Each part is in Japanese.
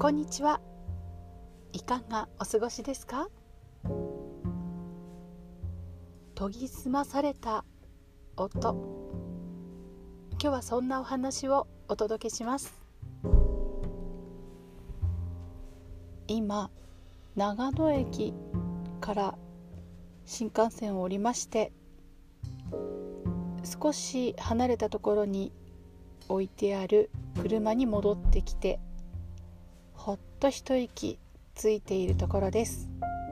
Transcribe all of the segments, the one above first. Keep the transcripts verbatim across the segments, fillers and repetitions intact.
こんにちは。いかがお過ごしですか？研ぎ澄まされた音、今日はそんなお話をお届けします。今、長野駅から新幹線を降りまして、少し離れたところに置いてある車に戻ってきて、ほっと一息ついているところです。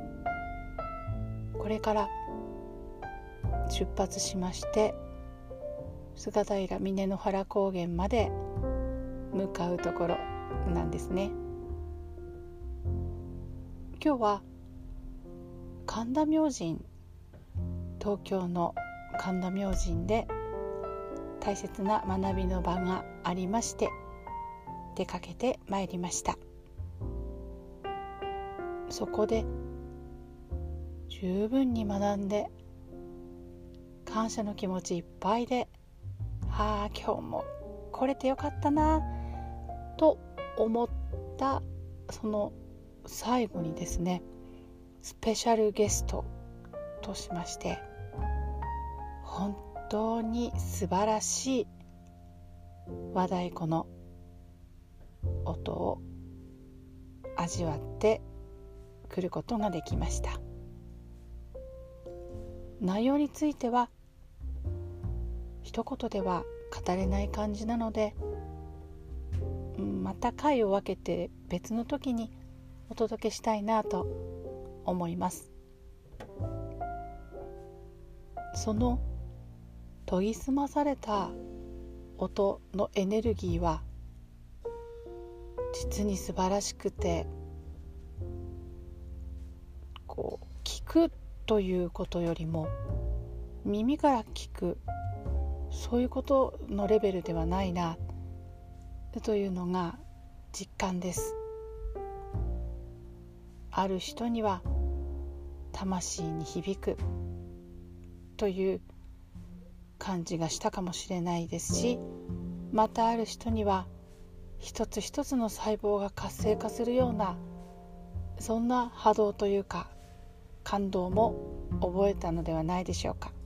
これから出発しまして、菅平峰の原高原まで向かうところなんですね。今日は神田明神、東京の神田明神で大切な学びの場がありまして、出かけてまいりました。そこで十分に学んで、感謝の気持ちいっぱいで、ああ今日も来れてよかったなと思ったその最後にですね、スペシャルゲストとしまして、本当に素晴らしい和太鼓の音を味わってくることができました。内容については一言では語れない感じなので、また回を分けて別の時にお届けしたいなと思います。その研ぎ澄まされた音のエネルギーは実に素晴らしくて、こう聞くということよりも耳から聞く、そういうことのレベルではないなというのが実感です。ある人には魂に響くという感じがしたかもしれないですし、またある人には一つ一つの細胞が活性化するような、そんな波動というか感動も覚えたのではないでしょうか。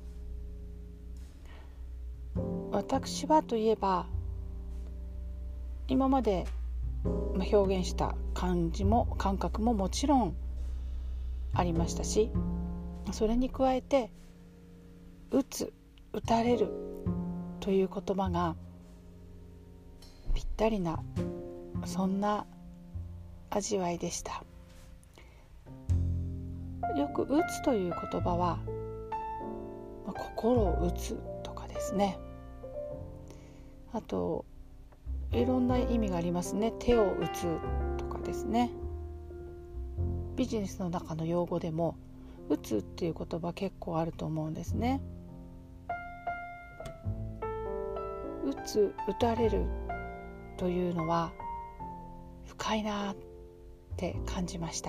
私はといえば、今まで表現した感じも感覚ももちろんありましたし、それに加えて打つ、打たれるという言葉がぴったりな、そんな味わいでした。よく打つという言葉は、まあ、心を打つとかですね、あといろんな意味がありますね。手を打つとかですね。ビジネスの中の用語でも打つっていう言葉結構あると思うんですね。打つ、打たれるというのは深いなって感じました。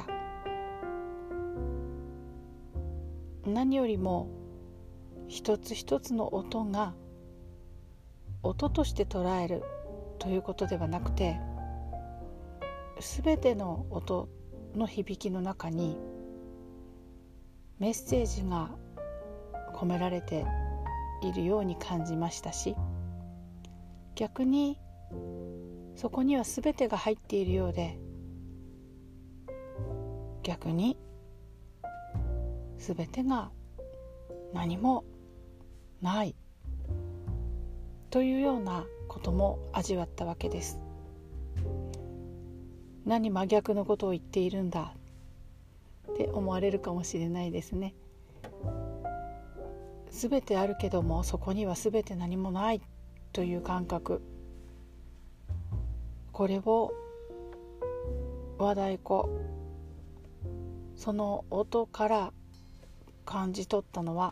何よりも一つ一つの音が音として捉えるということではなくて、すべての音の響きの中にメッセージが込められているように感じましたし、逆にそこにはすべてが入っているようで、逆にすべてが何もないというようなことも味わったわけです。何真逆のことを言っているんだって思われるかもしれないですね。すべてあるけども、そこにはすべて何もないという感覚、これを和太鼓、その音から感じ取ったのは、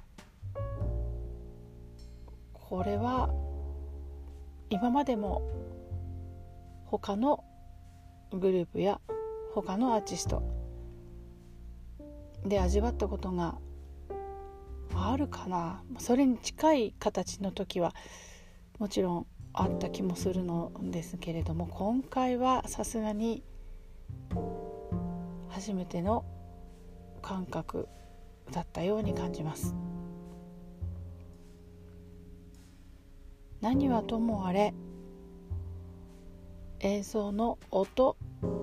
これは今までも他のグループや他のアーティストで味わったことがあるかな。それに近い形の時はもちろんあった気もするのですけれども、今回はさすがに初めての感覚だったように感じます。何はともあれ、演奏の音、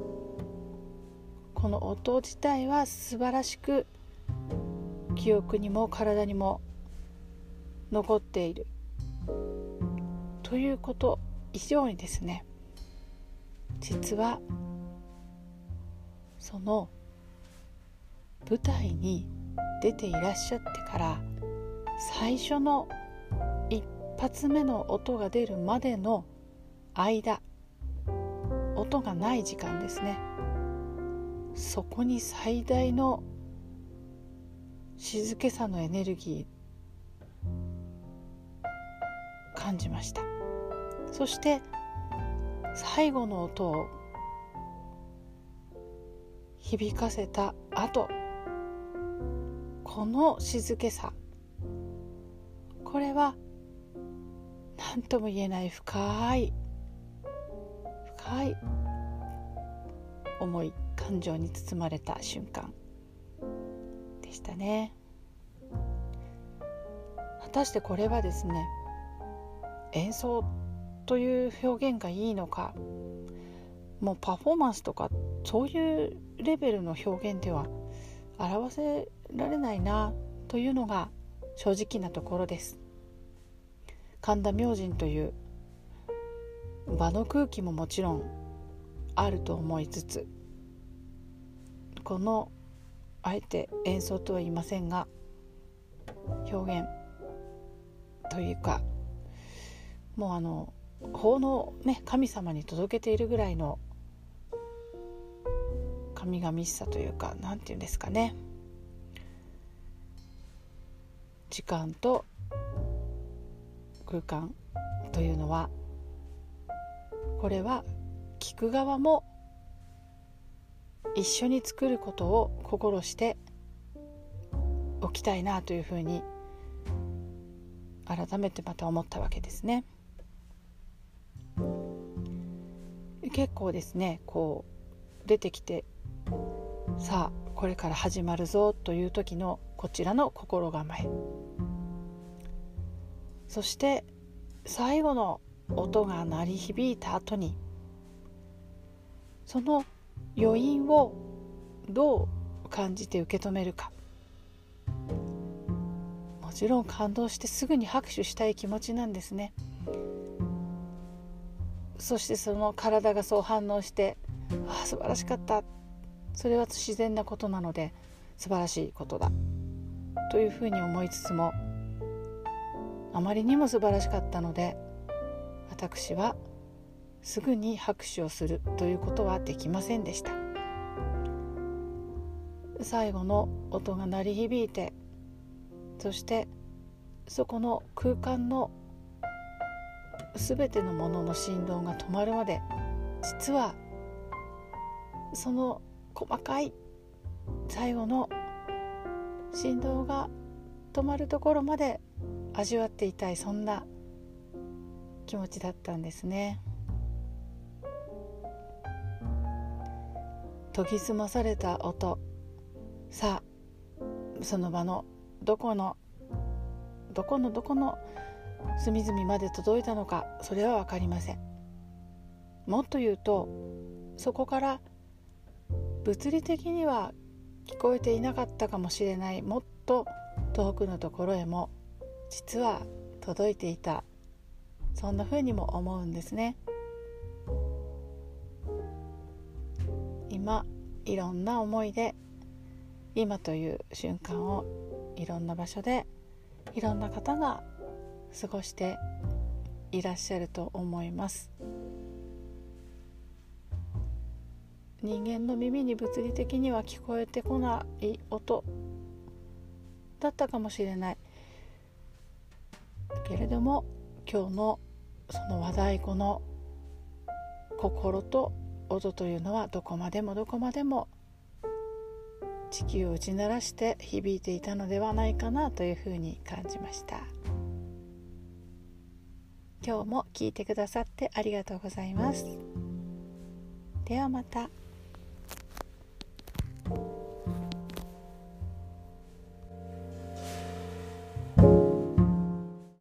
この音自体は素晴らしく記憶にも体にも残っているということ以上にですね、実はその舞台に出ていらっしゃってから最初の一発目の音が出るまでの間、音がない時間ですね、そこに最大の静けさのエネルギー感じました。そして最後の音を響かせた後、この静けさ、これは何とも言えない深い深い思い、感情に包まれた瞬間でしたね。果たしてこれはですね、演奏という表現がいいのか、もうパフォーマンスとかそういうレベルの表現では表せられないなというのが正直なところです。神田明神という場の空気ももちろんあると思いつつ、このあえて演奏とは言いませんが表現というか、もうあの法のね、神様に届けているぐらいの神々しさというか、なんていうんですかね、時間と空間というのは、これは聞く側も一緒に作ることを心しておきたいなというふうに改めてまた思ったわけですね。結構ですね、こう出てきて、さあこれから始まるぞという時のこちらの心構え、そして最後の音が鳴り響いた後に、その余韻をどう感じて受け止めるか。もちろん感動してすぐに拍手したい気持ちなんですね。そしてその体がそう反応して、ああ素晴らしかった、それは自然なことなので素晴らしいことだというふうに思いつつも、あまりにも素晴らしかったので私はすぐに拍手をするということはできませんでした。最後の音が鳴り響いて、そしてそこの空間のすべてのものの振動が止まるまで、実はその細かい最後の振動が止まるところまで味わっていたい、そんな気持ちだったんですね。研ぎ澄まされた音、さあその場のどこのどこのどこの隅々まで届いたのか、それは分かりません。もっと言うと、そこから物理的には聞こえていなかったかもしれない、もっと遠くのところへも実は届いていた、そんな風にも思うんですね。今いろんな思いで、今という瞬間をいろんな場所でいろんな方が過ごしていらっしゃると思います。人間の耳に物理的には聞こえてこない音だったかもしれないけれども、今日のその和太鼓の心と音というのはどこまでもどこまでも地球を打ち鳴らして響いていたのではないかなというふうに感じました。今日も聞いてくださってありがとうございます。ではまた。